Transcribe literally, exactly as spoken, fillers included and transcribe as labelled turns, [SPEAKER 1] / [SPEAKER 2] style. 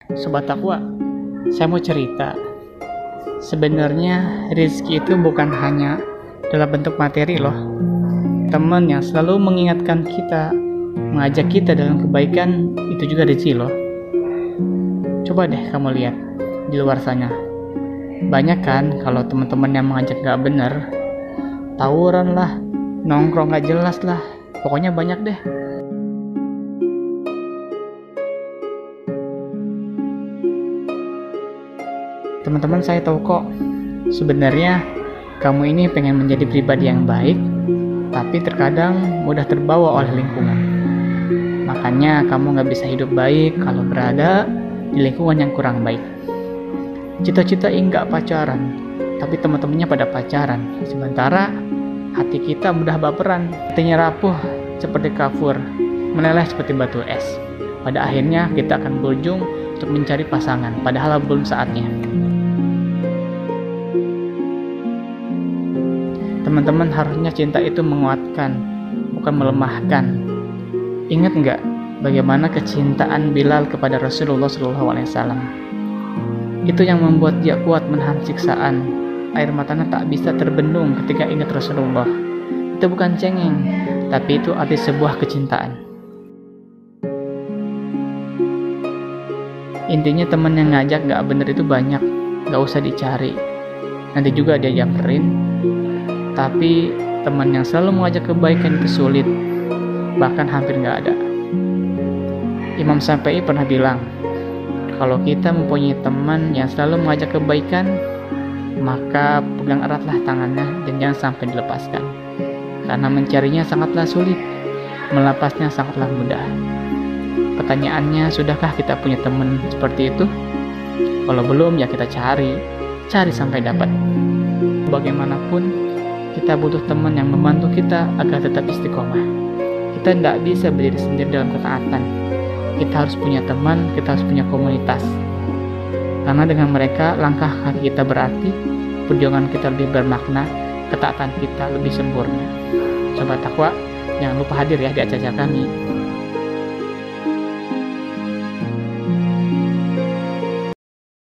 [SPEAKER 1] Sobat Takwa, saya mau cerita. Sebenarnya rezeki itu bukan hanya dalam bentuk materi loh. Teman yang selalu mengingatkan kita, mengajak kita dalam kebaikan, itu juga rezeki loh. Coba deh kamu lihat di luar sana. Banyak kan kalau teman-teman yang mengajak gak bener, tawuran lah, nongkrong gak jelas lah, pokoknya banyak deh. Teman-teman, saya tahu kok, sebenarnya kamu ini pengen menjadi pribadi yang baik, tapi terkadang mudah terbawa oleh lingkungan. Makanya kamu gak bisa hidup baik kalau berada di lingkungan yang kurang baik. Cita-cita enggak pacaran, tapi teman-temannya pada pacaran. Sementara hati kita mudah baperan, hatinya rapuh seperti kafur, meleleh seperti batu es. Pada akhirnya kita akan berujung untuk mencari pasangan, padahal belum saatnya. Teman-teman, harusnya cinta itu menguatkan, bukan melemahkan. Ingat nggak bagaimana kecintaan Bilal kepada Rasulullah shallallahu alaihi wasallam? Itu yang membuat dia kuat menahan siksaan. Air matanya tak bisa terbendung ketika ingat Rasulullah. Itu bukan cengeng, tapi itu arti sebuah kecintaan. Intinya teman yang ngajak nggak bener itu banyak, nggak usah dicari. Nanti juga dia nyamperin. Tapi teman yang selalu mengajak kebaikan itu sulit, bahkan hampir nggak ada. Imam Syafi'i pernah bilang, kalau kita mempunyai teman yang selalu mengajak kebaikan, maka pegang eratlah tangannya dan jangan sampai dilepaskan. Karena mencarinya sangatlah sulit, melepasnya sangatlah mudah. Pertanyaannya, sudahkah kita punya teman seperti itu? Kalau belum, ya kita cari, cari sampai dapat. Bagaimanapun, kita butuh teman yang membantu kita agar tetap istiqomah. Kita tidak bisa berdiri sendiri dalam ketaatan. Kita harus punya teman, kita harus punya komunitas. Karena dengan mereka, langkah kaki kita berarti, perjuangan kita lebih bermakna, ketaatan kita lebih sempurna. Sobat Takwa, jangan lupa hadir ya di acara kami.